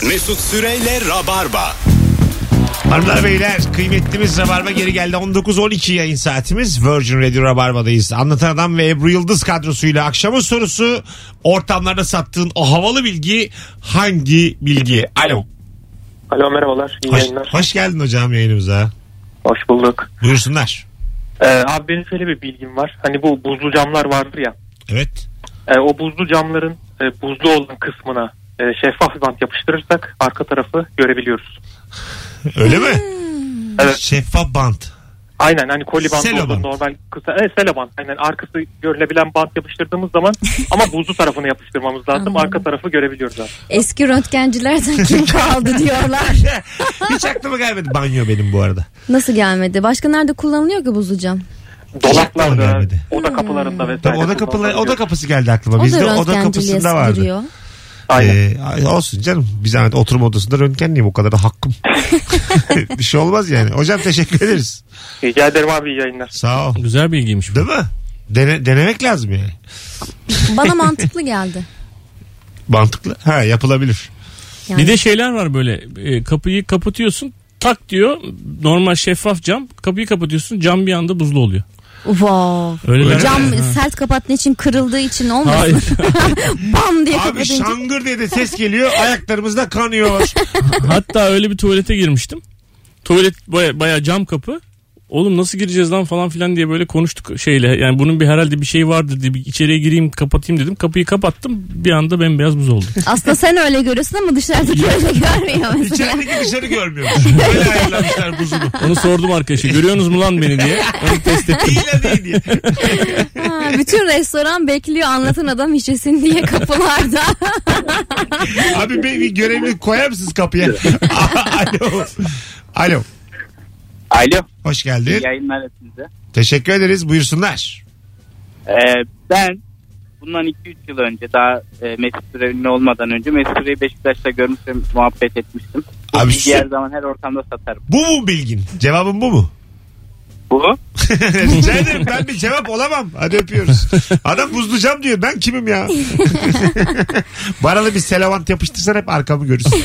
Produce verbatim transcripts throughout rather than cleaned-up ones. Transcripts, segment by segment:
Mesut Süreyle Rabarba. Hanımlar beyler, kıymetlimiz Rabarba geri geldi. on dokuz on iki yayın saatimiz. Virgin Radio Rabarba'dayız. Anlatan Adam ve Ebru Yıldız kadrosuyla akşamın sorusu: ortamlarda sattığın o havalı bilgi hangi bilgi? Alo. Alo, merhabalar. İyi Hoş, yayınlar. hoş geldin hocam yayınımıza. Hoş bulduk. Buyursunlar. Ee, abi benim şöyle bir bilgim var. Hani bu buzlu camlar vardır ya. Evet. E, o buzlu camların e, buzlu olan kısmına e, şeffaf bir bant yapıştırırsak arka tarafı görebiliyoruz. Öyle mi? Evet. Şeffaf bant. Aynen, hani koli bandı Selo olur, bant. normal kısa. Evet, selo bant. Aynen, arkası görülebilen bant yapıştırdığımız zaman ama buzlu tarafını yapıştırmamız lazım. Anladım. Arka tarafı görebiliyoruz abi. Eski röntgencilerden kim kaldı diyorlar. Hiç aklıma gelmedi banyo benim bu arada. Nasıl gelmedi? Başka nerede kullanılıyor ki buzlu cam? Dolaplarda, gelmedi. oda kapılarında vesaire. Tabii oda kapıları, oda kullanılabiliyor. kapısı geldi aklıma. O da Bizde oda röntgenciliğe kapısında vardı. giriyor. Aynen. Ee, olsun canım. Bir zahmet oturma odasında röntgenliyim. O kadar da hakkım. Bir şey olmaz yani. Hocam teşekkür ederiz. Rica ederim abi, iyi yayınlar. Sağ ol. Güzel bilgiymiş bu. Değil mi? Dene, denemek lazım yani. Bana mantıklı geldi. Mantıklı. Ha, yapılabilir. Yani Bir de şeyler var böyle, e, kapıyı kapatıyorsun, tak diyor, normal şeffaf cam, kapıyı kapatıyorsun, cam bir anda buzlu oluyor. wow. Öyle Cam mi? sert kapattığı için, kırıldığı için olmasın? Hayır. Bam diye Abi kapatınca. şangır diye de ses geliyor. Ayaklarımız da kanıyor. Hatta öyle bir tuvalete girmiştim. Tuvalet baya, baya cam kapı. Oğlum nasıl gireceğiz lan falan filan diye böyle konuştuk şeyle. Yani bunun bir herhalde bir şeyi vardır diye bir içeriye gireyim kapatayım dedim. Kapıyı kapattım, bir anda bembeyaz buz oldu. Aslında sen öyle görüyorsun ama dışarıdaki öyle görmüyor mesela. İçerideki dışarı görmüyormuş. Böyle ayarlamışlar buzunu. Onu sordum arkadaşa, görüyorsunuz mu lan beni diye. Onu test ettim. İyi la değil diye. Ha, bütün restoran bekliyor anlatan adam işesin diye kapılarda. Abi bir, bir görevli koyar mısınız kapıya? Alo. Alo. Alo. Hoş geldin. İyi yayınlar hepinize. Teşekkür ederiz. Buyursunlar. Ee, ben bundan iki üç yıl önce, daha e, Mesut Süre ünlü olmadan önce Mesut Süre'yi Beşiktaş'ta görmüştüm, muhabbet etmiştim. Bu Abi bilgiyi şu- her zaman her ortamda satarım. Bu mu bilgin? Cevabın bu mu? Bu Rica ederim, ben bir cevap olamam. Hadi öpüyoruz. Adam buzlu cam diyor. Ben kimim ya? Bana da bir selavant yapıştırsan hep arkamı görürsün.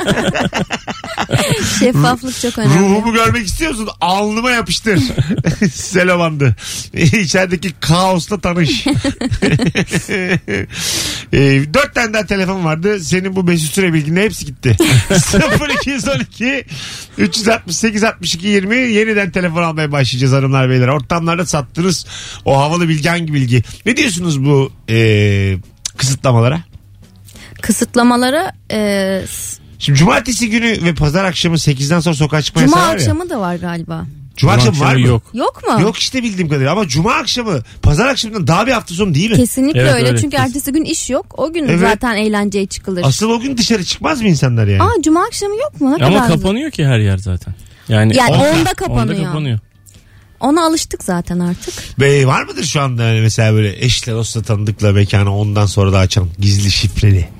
Şeffaflık çok önemli. Ruhumu görmek istiyorsun, alnıma yapıştır. Selavandı. İçerideki kaosla tanış. e, dört tane daha telefon vardı. Senin bu Mesut Süre bilginin hepsi gitti. sıfır iki on iki üç altı sekiz altmış iki yirmi yeniden telefon almaya başlayacağız hanımlar beyler. Ortamlarda sattınız o havalı bilgi hangi bilgi? Ne diyorsunuz bu e, kısıtlamalara? Kısıtlamalara e, Şimdi cumartesi günü ve pazar akşamı sekizden sonra sokağa çıkma Cuma yasağı var ya. akşamı da var galiba. Cuma akşamı var mı? Yok. Yok mu? Yok işte bildiğim kadarıyla, ama cuma akşamı pazar akşamından daha bir hafta sonu değil mi? Kesinlikle Evet, öyle. öyle. Çünkü ertesi gün iş yok. O gün Evet. zaten eğlenceye çıkılır. Asıl o gün dışarı çıkmaz mı insanlar yani? Aa, cuma akşamı yok mu? Ne Ama kadar kapanıyor ki her yer zaten. Yani, Yani onda, onda kapanıyor. onda kapanıyor. Ona alıştık zaten artık. Bey var mıdır şu anda yani mesela böyle eşle dostla tanıdıkla mekanı ondan sonra da açan gizli şifreli?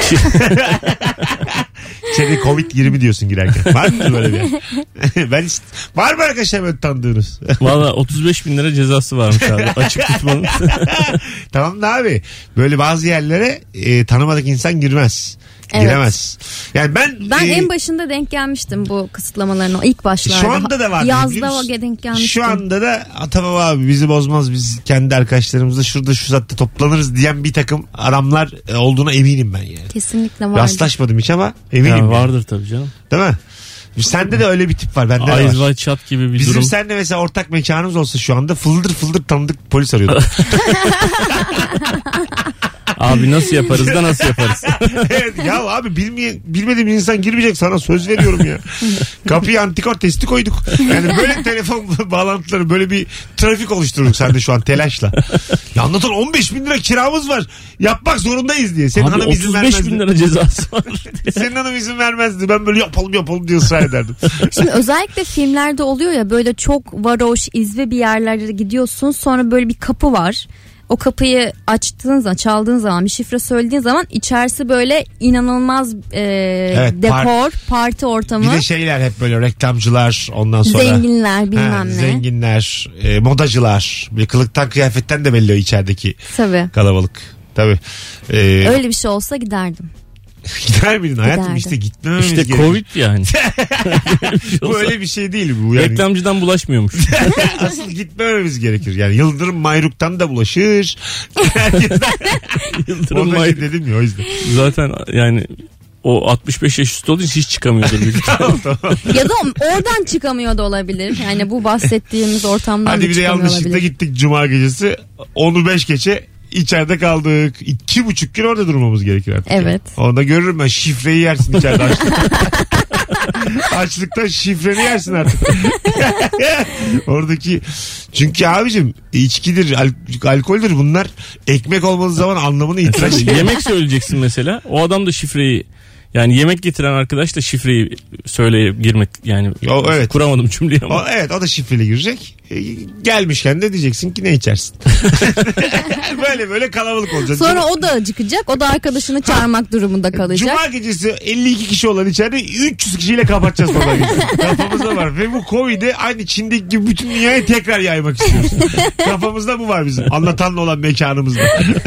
İçeri covid yirmi diyorsun girerken. Var mıdır böyle bir yer? Ben hiç... Var mı arkadaşlar böyle tanıdığınız? Valla otuz beş bin lira cezası varmış abi. Açık tutmanın. Tamam da abi böyle bazı yerlere e, tanımadık insan girmez. Evet. Giremez. Yani ben Ben e, en başında denk gelmiştim bu kısıtlamaların, o ilk başlarda. şu anda da var. biliyor Yazda musun? o denk gelmiştim. Şu anda da tamam abi bizi bozmaz, biz kendi arkadaşlarımızla şurada şu saatte toplanırız diyen bir takım adamlar e, olduğuna eminim ben yani. Kesinlikle vardı. Rastlaşmadım hiç ama eminim. Yani yani. vardır tabii canım. Değil mi? Sende de öyle bir tip var. Bende de Eyes var. wide shut gibi bir Bizim durum. seninle mesela ortak mekanımız olsa şu anda fıldır fıldır tanıdık polis arıyorduk. Abi nasıl yaparız da nasıl yaparız? Evet, ya abi bilmeyen, bilmediğim insan girmeyecek, sana söz veriyorum ya. Kapıya antikor testi koyduk. Yani böyle telefon bağlantıları, böyle bir trafik oluşturduk sende şu an telaşla. Ya anlatan on beş bin lira kiramız var. Yapmak zorundayız diye. Senin Abi hanım izin otuz vermezdi. beş bin lira cezası var. Senin hanım izin vermezdi. Ben böyle yapalım yapalım diye ısrar ederdim. Şimdi özellikle filmlerde oluyor ya, böyle çok varoş, izbe bir yerlere gidiyorsun, sonra böyle bir kapı var. O kapıyı açtığın zaman, çaldığın zaman, bir şifre söylediğin zaman içerisi böyle inanılmaz e, Evet, dekor, par- parti ortamı. Bir de şeyler hep böyle reklamcılar, ondan sonra. Zenginler, bilmem Ha, ne. Zenginler, e, modacılar. Bir kılıktan kıyafetten de belli o içerideki Tabii. kalabalık. Tabii. E, Öyle bir şey olsa giderdim. Gider miydin hayatım? Giderdim. İşte gitmememiz İşte gerekiyor. Covid yani. Bu öyle bir şey değil bu. Yani. Reklamcıdan bulaşmıyormuş. Asıl gitmememiz gerekir. Yani Yıldırım Mayruk'tan da bulaşır. Herkesten. Yıldırım Onu Mayruk. dedim ya o yüzden. Zaten yani o altmış beş yaş üstü olduğu için hiç çıkamıyordur. Tamam tamam. Ya da oradan çıkamıyor da olabilir. Yani bu bahsettiğimiz ortamdan Hadi da bir de çıkamıyor yanlışlıkla olabilir. gittik cuma gecesi. Onu beş geçe içeride kaldık. İki buçuk gün orada durmamız gerekir artık. Evet. Yani. Onda görürüm ben şifreyi yersin içeride açlıktan. Açlıktan şifreni yersin artık. Oradaki çünkü abicim içkidir, al- alkoldür bunlar ekmek olmadığı zaman anlamını itiraz ediyor. Yemek söyleyeceksin mesela. O adam da şifreyi yani yemek getiren arkadaş da şifreyi söyleyip girmek yani O, evet. kuramadım cümleyi ama. O, evet o da şifreli girecek. E, gelmişken de diyeceksin ki ne içersin? böyle böyle kalabalık olacak. Sonra o da acıkacak. O da arkadaşını çağırmak durumunda kalacak. Cuma gecesi elli iki kişi olan içeride üç yüz kişiyle kapatacağız Cuma gecesi. Kafamızda var. Ve bu Covid'i aynı Çin'deki gibi bütün dünyaya tekrar yaymak istiyoruz. Kafamızda bu var bizim. Anlatanla olan mekanımızda.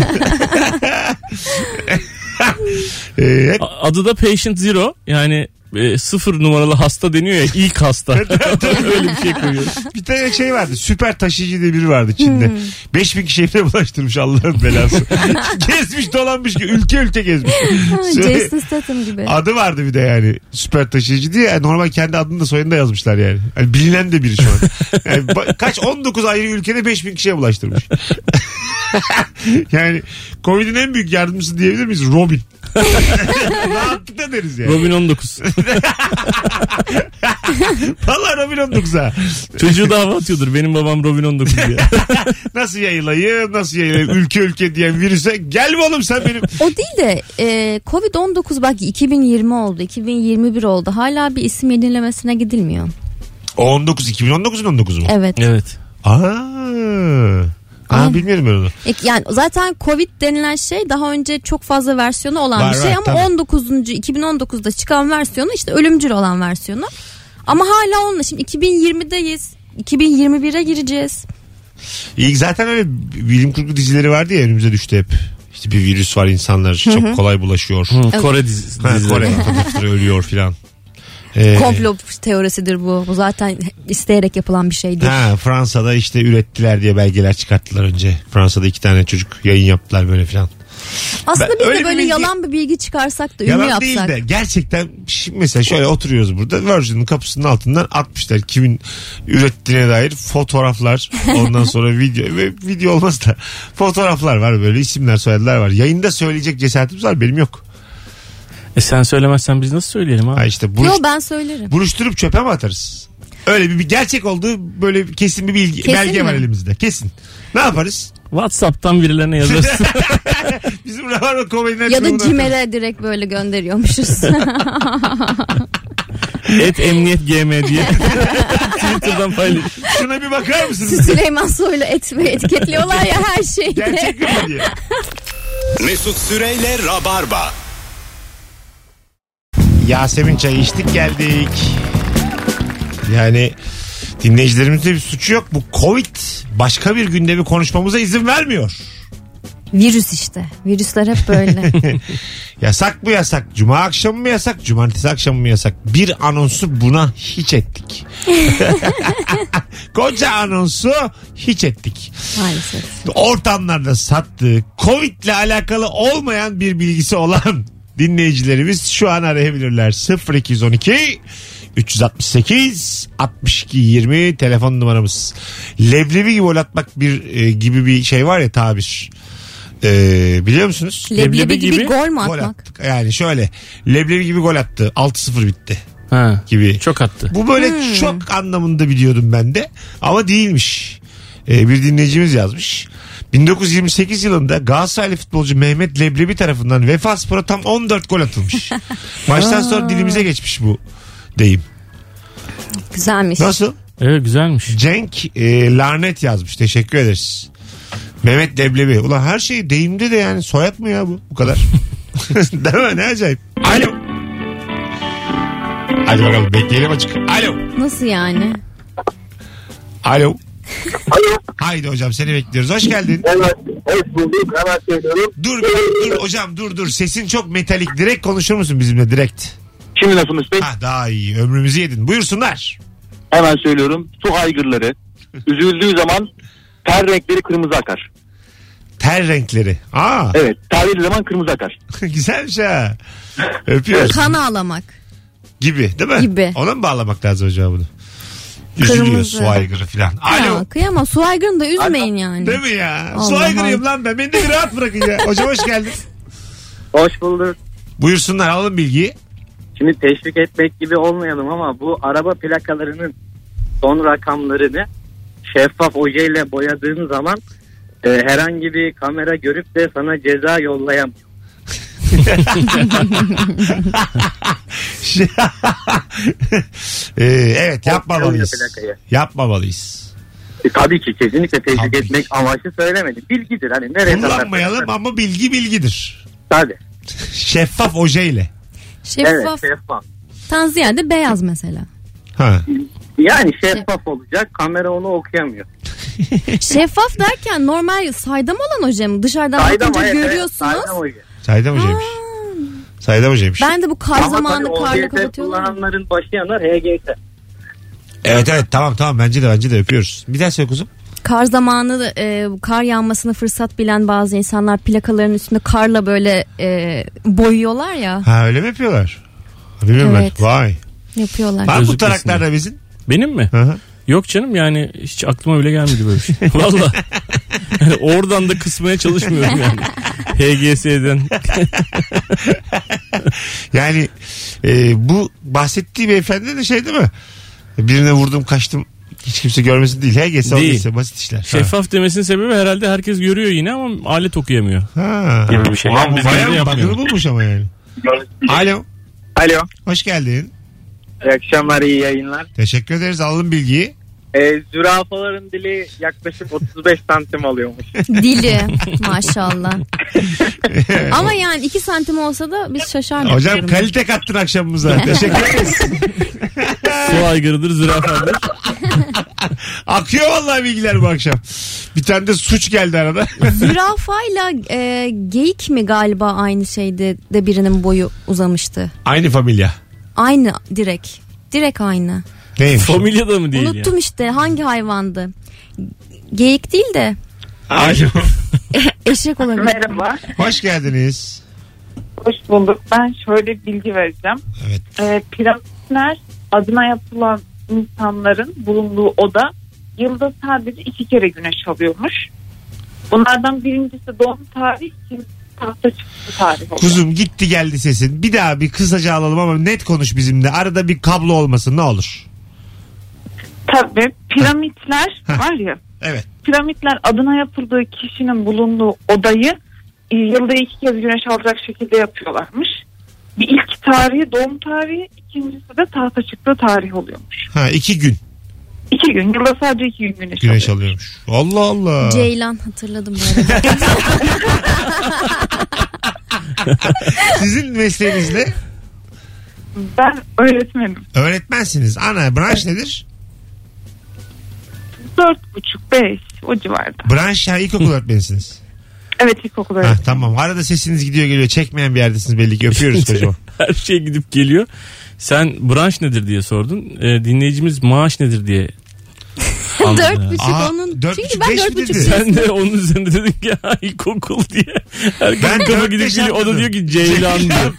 ee, hep... Adı da Patient Zero yani e, sıfır numaralı hasta deniyor ya ilk hasta. Öyle bir şey koyuyoruz. Bir tane şey vardı. Süper taşıyıcı diye biri vardı Çin'de. Hmm. beş bin kişiye bile bulaştırmış Allah'ın belası. Gezmiş dolanmış ki ülke ülke gezmiş. Jason Statham gibi. Adı vardı bir de yani süper taşıyıcı diye. Yani normal kendi adını da soyadını da yazmışlar yani. yani bilinen de biri şu an. Yani kaç on dokuz ayrı ülkede beş bin kişiye bulaştırmış. Yani Covid'in en büyük yardımcısı diyebilir miyiz? Robin. Rahatlıkla deriz yani. Robin on dokuz. Vallahi Robin on dokuz ha. Çocuğu da hava atıyordur. Benim babam Robin on dokuz diye. Nasıl yayılayım nasıl yayılayım ülke ülke diyen virüse gel mi oğlum sen benim. O değil de e, Covid on dokuz bak iki bin yirmi oldu, iki bin yirmi bir oldu. Hala bir isim yenilemesine gidilmiyor. O on dokuz iki bin on dokuzun on dokuzu mu? Evet. Evet. Aa. Aa, bilmiyorum ben onu. Yani zaten Covid denilen şey daha önce çok fazla versiyonu olan Var, bir şey var, ama tabii. on dokuzuncu iki bin on dokuzda çıkan versiyonu işte ölümcül olan versiyonu. Ama hala onunla şimdi iki bin yirmideyiz. iki bin yirmi bire gireceğiz. İlk zaten öyle bilim kurgu dizileri vardı ya önümüze düştü hep. İşte bir virüs var insanlar çok kolay bulaşıyor. Hı, Kore dizi, Ha, dizileri. Kore vatandaşları ölüyor filan. Ee, Komplo teorisidir bu. Bu zaten isteyerek yapılan bir şeydir. Ha, Fransa'da işte ürettiler diye belgeler çıkarttılar önce. Fransa'da iki tane çocuk yayın yaptılar böyle filan. Aslında Ben- biz öyle de bir böyle bilgi- yalan bir bilgi çıkarsak da ünlü Yalan yapsak. değil de gerçekten şimdi mesela şöyle oturuyoruz burada Virgin'in kapısının altından atmışlar kimin ürettiğine dair fotoğraflar ondan sonra video ve video olmaz da fotoğraflar var böyle isimler soyadlar var. Yayında söyleyecek cesaretimiz var benim yok. E sen söylemezsen biz nasıl söyleyelim ha? Ha işte buruş, Yo ben söylerim. buruşturup çöpe mi atarız? Öyle bir, bir gerçek olduğu böyle kesin bir bilgi Kesin belge mi? var elimizde kesin. Ne yaparız? WhatsApp'tan birilerine yazarız. Bizim Rabarba komediden Ya da Cimer'e direkt böyle gönderiyormuşuz. Et emniyet gm diye Twitter'dan paylaş. Şuna bir bakar mısınız? Süleyman Soylu et ve etiketliyorlar ya her şeyde. Gerçek mi bu diye. Mesut Süreyle Rabarba. Yasemin çayı içtik geldik. Yani dinleyicilerimizde bir suçu yok. Bu Covid başka bir gündemi konuşmamıza izin vermiyor. Virüs işte. Virüsler hep böyle. Yasak mı yasak? Cuma akşamı mı yasak? Cumartesi akşamı mı yasak? Bir anonsu buna hiç ettik. Koca anonsu hiç ettik. Maalesef. Ortamlarda sattığı Covid'le alakalı olmayan bir bilgisi olan dinleyicilerimiz şu an arayabilirler. sıfır iki on iki üç altı sekiz altmış iki yirmi telefon numaramız. Leblebi gibi gol atmak bir e, gibi bir şey var ya tabir. E, biliyor musunuz? Leblebi, Leblebi gibi, gibi gol mü Gol atmak? attık. Yani şöyle leblebi gibi gol attı. altı sıfır bitti Ha, gibi. çok attı. Bu böyle Hmm. çok anlamında biliyordum ben de. Ama değilmiş. Ee, bir dinleyicimiz yazmış. bin dokuz yüz yirmi sekiz yılında Galatasaraylı futbolcu Mehmet Leblebi tarafından Vefaspor'a tam on dört gol atılmış. Maçtan sonra dilimize geçmiş bu deyim. Güzelmiş. Nasıl? Evet güzelmiş. Cenk e, lanet yazmış. Teşekkür ederiz. Mehmet Leblebi. Ulan her şey deyimde de yani soyad mı ya bu? Bu kadar. Değil mi? Ne acayip. Alo. Hadi bakalım bekleyelim açık. Alo. Nasıl yani? Alo. Alo. Haydi hocam seni bekliyoruz. Hoş geldin. Evet. Hoş bulduk. Hemen söylüyorum. Dur dur hocam dur dur. Sesin çok metalik. Direkt konuşur musun bizimle direkt? Şimdi nasıl Mesut? Ha daha iyi. Ömrümüzü yedin. Buyursunlar. Hemen söylüyorum. Su aygırları üzüldüğü zaman ter renkleri kırmızı akar. Ter renkleri. Aa. Evet. Terlediği zaman kırmızı akar. Güzelmiş ha. Öpüyoruz. Kan ağlamak. Gibi değil mi? Gibi. Ona mı bağlamak lazım hocam bunu? Üzülüyor Kırmızı. su aygırı falan. Alo. Ya, kıyamam. Su aygırını da üzmeyin yani. Değil mi ya? Allah su aygırıyım Allah. lan ben. Beni de bir rahat bırakın ya. Hocam hoş geldin. Hoş bulduk. Buyursunlar alın bilgiyi. Şimdi teşvik etmek gibi olmayalım ama bu araba plakalarının son rakamlarını şeffaf ojeyle boyadığın zaman e, herhangi bir kamera görüp de sana ceza yollayamıyor. ee, evet yapmamalıyız. Plakayı. Yapmamalıyız. E, tabii ki kesinlikle teşvik Tabii. etmek amaçlı söylemedim. Bilgidir hani nereye Kullanmayalım ama bilgi bilgidir. Tabii. Şeffaf ojeyle. Şeffaf. Evet şeffaf. Tan ziyade beyaz mesela. Ha. Yani şeffaf olacak, kamera onu okuyamıyor. Şeffaf derken normal saydam olan hocam. Dışarıdan Saydam, bakınca evet, evet, görüyorsunuz. saydam oje. Saydam hocaymış. Saydam hocaymış. Ben de bu kar Ama zamanı tabii karla O G S kapatıyorlar. kullananların başı yanar H G S. Evet evet tamam tamam bence de bence de öpüyoruz. Bir daha söyle kuzum. Kar zamanı e, kar yağmasını fırsat bilen bazı insanlar plakaların üstünde karla böyle e, boyuyorlar ya. Ha öyle mi yapıyorlar? Bilmiyorum Evet. ben. Vay. Yapıyorlar. Var mı bu Gözükmesin taraklarda bizim? Benim mi? Hı hı. Yok canım yani hiç aklıma bile gelmedi böyle bir şey. Valla. Yani oradan da kısmaya çalışmıyorum yani. H G S'den. Yani e, bu bahsettiği beyefendi de şey değil mi? Birine vurdum kaçtım hiç kimse görmesin değil. H G S Değil. olmasa basit işler. Şeffaf demesinin sebebi herhalde herkes görüyor yine ama alet okuyamıyor. Ha. Gibi bir şey. Ulan Yani bu biz bayağı de yapmıyoruz. bakını bulmuş ama yani. Alo. Alo. Hoş geldin. İyi akşamlar, iyi yayınlar. Teşekkür ederiz. Alalım bilgiyi. Ee, zürafaların dili yaklaşık otuz beş santim alıyormuş. Dili maşallah. Ama yani iki santim olsa da biz şaşardık. Hocam durumda. kalite kattın akşamımıza. Teşekkür ederiz. Su aygırıdır, zürafadır. Akıyor vallahi bilgiler bu akşam. Bir tane de suç geldi arada. Zürafayla e, geyik mi galiba aynı şeyde de birinin boyu uzamıştı. Aynı familya. Aynı direkt. Direkt aynı. Neymiş? Familyada mı değil Unuttum ya? işte hangi hayvandı. Geyik değil de Alo. eşek olabilir. Merhaba, Hoş geldiniz. hoş bulduk. Ben şöyle bilgi vereceğim. Evet. Ee, piramitler adına yapılan insanların bulunduğu oda yılda sadece iki kere güneş alıyormuş. Bunlardan birincisi doğum tarihi, ikincisi tahta çıktığı tarih oluyor. Kuzum gitti geldi sesin. Bir daha bir kısaca alalım ama net konuş bizimle. Arada bir kablo olmasın ne olur. Tabii piramitler var ya, Evet. piramitler adına yapıldığı kişinin bulunduğu odayı e, yılda iki kez güneş alacak şekilde yapıyorlarmış. Bir ilk tarihi doğum tarihi, ikincisi de tahta çıktığı tarih oluyormuş. Ha iki gün İki gün, yılda sadece iki gün güneş, güneş alıyor. alıyormuş. Allah Allah. Ceylan hatırladım bu arada. Sizin mesleğiniz ne? Ben öğretmenim. Öğretmensiniz. Ana branş nedir? Dört buçuk, beş o civarda. Branş ha ilkokul öğretmenisiniz. Evet, ilkokul Ha, öğretmenim. tamam. Arada sesiniz gidiyor geliyor. Çekmeyen bir yerdesiniz belli ki. Öpüyoruz kocaman. Her şey gidip geliyor. Sen branş nedir diye sordun. Ee, dinleyicimiz maaş nedir diye anladı. Dört buçuk Aa, onun. dört Çünkü buçuk, ben beş dört mi buçuk. dedi? Sen de onun üzerinde dedin ki ha, ilkokul diye. Herkes Ben kafa dört gidip beş geliyor. O da anladım. diyor ki Ceylan diyor.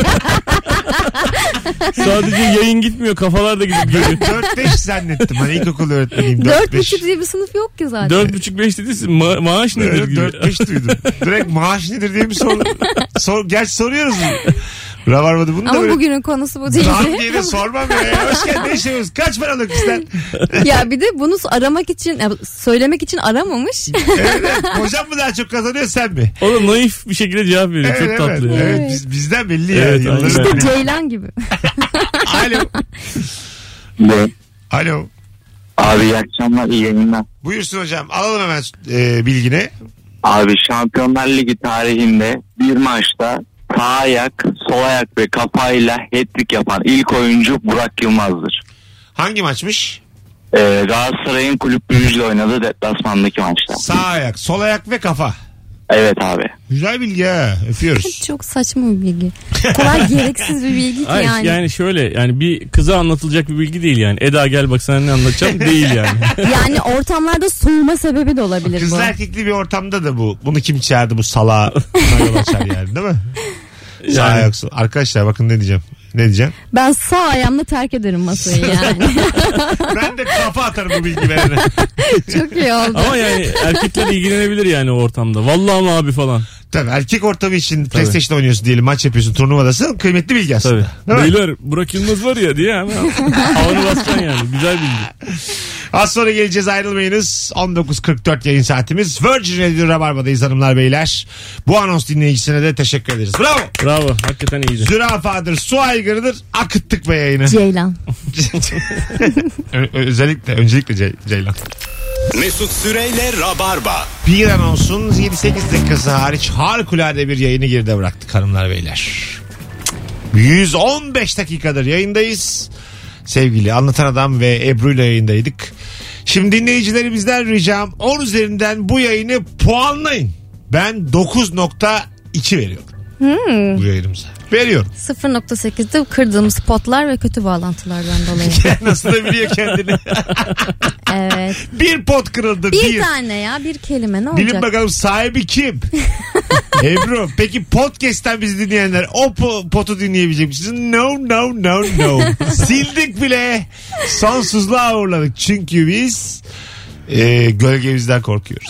Sadece yayın gitmiyor. Kafalar da gidip geliyor. dört beş zannettim. Hani ilkokul öğretmeniyim. Dört buçuk diye bir sınıf yok ki zaten. Dört buçuk beş dedi. Ma- maaş nedir gibi. dört beş duydum. Direkt maaş nedir diye mi sordun? Sor, gerçi soruyoruz. Rabarba'da bunu da Ama böyle. bugünün konusu bu değil. Daha diye de sormam ya. Hoş geldin. Ne işimiz? Kaç para alıyorsun bizden? Ya bir de bunu aramak için, ya söylemek için aramamış. Evet, evet. Hocam mı daha çok kazanıyor sen mi? O da naif bir şekilde cevap veriyor. Evet, Çok evet. tatlı. ya. Evet, biz, bizden belli ya. Evet, Yılların aynen. belli. Ceylan gibi. Alo. Ne? Alo. Abi iyi akşamlar, iyi yayınlar. Buyursun hocam. Alalım hemen e, bilgini. Abi Şampiyonlar Ligi tarihinde bir maçta sağ ayak, sol ayak ve kafayla hat-trick yapan ilk oyuncu Burak Yılmaz'dır. Hangi maçmış? Ee, Galatasaray'ın Kulüp Brugge'le oynadığı deplasmandaki maçta. Sağ ayak, sol ayak ve kafa. Evet abi. Güzel bilgi ha. Öpüyoruz. Çok saçma bir bilgi. O kadar gereksiz bir bilgi ki Hayır, yani. yani şöyle yani bir kıza anlatılacak bir bilgi değil yani. Eda gel bak sana ne anlatacağım değil yani. Yani ortamlarda soğuma sebebi de olabilir Kızlı bu. erkekli bir ortamda da bu. Bunu kim çağırdı bu salağa yol açar yani, değil mi? Yani. Sağ ayak, sol. Arkadaşlar bakın ne diyeceğim. Ne diyeceğim? Ben sağ ayağımla terk ederim masayı yani. Ben de kafa atarım bu bilgi verene. Çok iyi oldu. Ama yani erkekler ilgilenebilir yani o ortamda. Vallahi mı abi falan. Tabii erkek ortamı için PlayStation oynuyorsun diyelim, maç yapıyorsun, turnuvadasın, kıymetli bilgi aslında. Tabii. Beyler Burak Yılmaz var ya diye hemen havanı basacaksın yani. Güzel bilgi. Az sonra geleceğiz, ayrılmayınız. on dokuz kırk dört yayın saatimiz. Virgin Radio Rabarba'dayız hanımlar beyler. Bu anons dinleyicisine de teşekkür ederiz. Bravo. Bravo. Hakikaten iyiydi. Zürafadır, su aygırıdır. Akıttık be yayını. Ceylan. Ö- özellikle, öncelikle Ce- Ceylan. Mesut Süreyle Rabarba. Bir anonsun yedi sekiz dakikası hariç harikulade bir yayını geride bıraktık hanımlar beyler. yüz on beş dakikadır yayındayız. Sevgili Anlatan Adam ve Ebru ile yayındaydık. Şimdi dinleyicilerimizden ricam on üzerinden bu yayını puanlayın. Ben dokuz nokta iki veriyorum. Hmm. Bu yayınımıza. Veriyorum. sıfır nokta sekizde kırdığımız potlar ve kötü bağlantılardan dolayı. Nasıl da biliyor kendini. Evet. Bir pot kırıldı. Bir, bir tane ya, bir kelime ne olacak? Bilin bakalım sahibi kim? Ebru. Peki podcast'ten bizi dinleyenler o po- potu dinleyebilecek misiniz? No no no no. Sildik bile. Sonsuzluğa uğurladık. Çünkü biz e, gölgemizden korkuyoruz.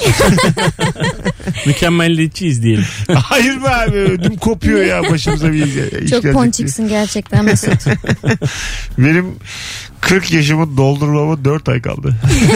Mükemmelliyetçiyiz diyelim. Hayır be abi, ödüm kopuyor ya, başımıza bir iş Çok gelecek ponçiksin gerçekten Mesut. diye. Benim kırk yaşımı doldurmama dört ay kaldı.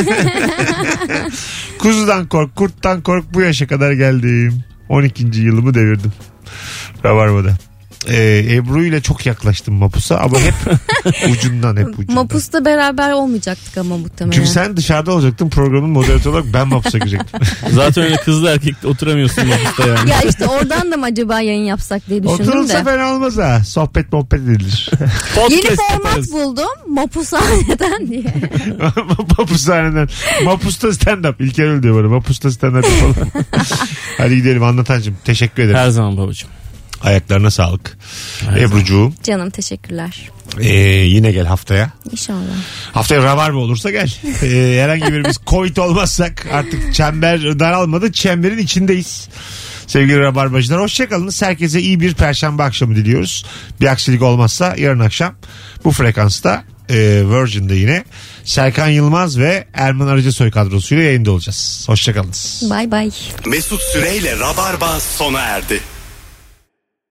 Kuzudan kork, kurttan kork, bu yaşa kadar geldim. on ikinci yılımı devirdim. Rabarba'da. Ee, Ebru ile çok yaklaştım Mapus'a ama hep ucundan hep ucundan. Mapus'ta beraber olmayacaktık ama muhtemelen. Çünkü sen dışarıda olacaktın, programın moderatörü olarak ben Mapus'a girecektim. Zaten öyle kızlı erkekle oturamıyorsun Mapus'ta yani. Ya işte oradan da mı acaba yayın yapsak diye düşündüm Oturulsa de. fena olmaz ha. Sohbet muhabbet edilir. Yeni Podcast format yaparız. buldum. Mapushaneden diye. Mapushaneden. Mapus'ta stand-up. İlker öyle diyor bana. Mapus'ta stand-up yapalım. Hadi gidelim Anlatancığım. Teşekkür ederim. Her zaman babacığım. Ayaklarına sağlık. Her Ebrucuğum. Canım teşekkürler. Ee, yine gel haftaya. İnşallah. Haftaya Rabarba olursa gel. Ee, herhangi birimiz Covid olmazsak, artık çember daralmadı. Çemberin içindeyiz. Sevgili Rabarbacılar, hoşçakalınız. Herkese iyi bir perşembe akşamı diliyoruz. Bir aksilik olmazsa yarın akşam bu frekansta e, Virgin'de yine Serkan Yılmaz ve Erman Arıcısoy kadrosuyla yayında olacağız. Hoşçakalınız. Bay bay. Mesut Süreyle Rabarba sona erdi.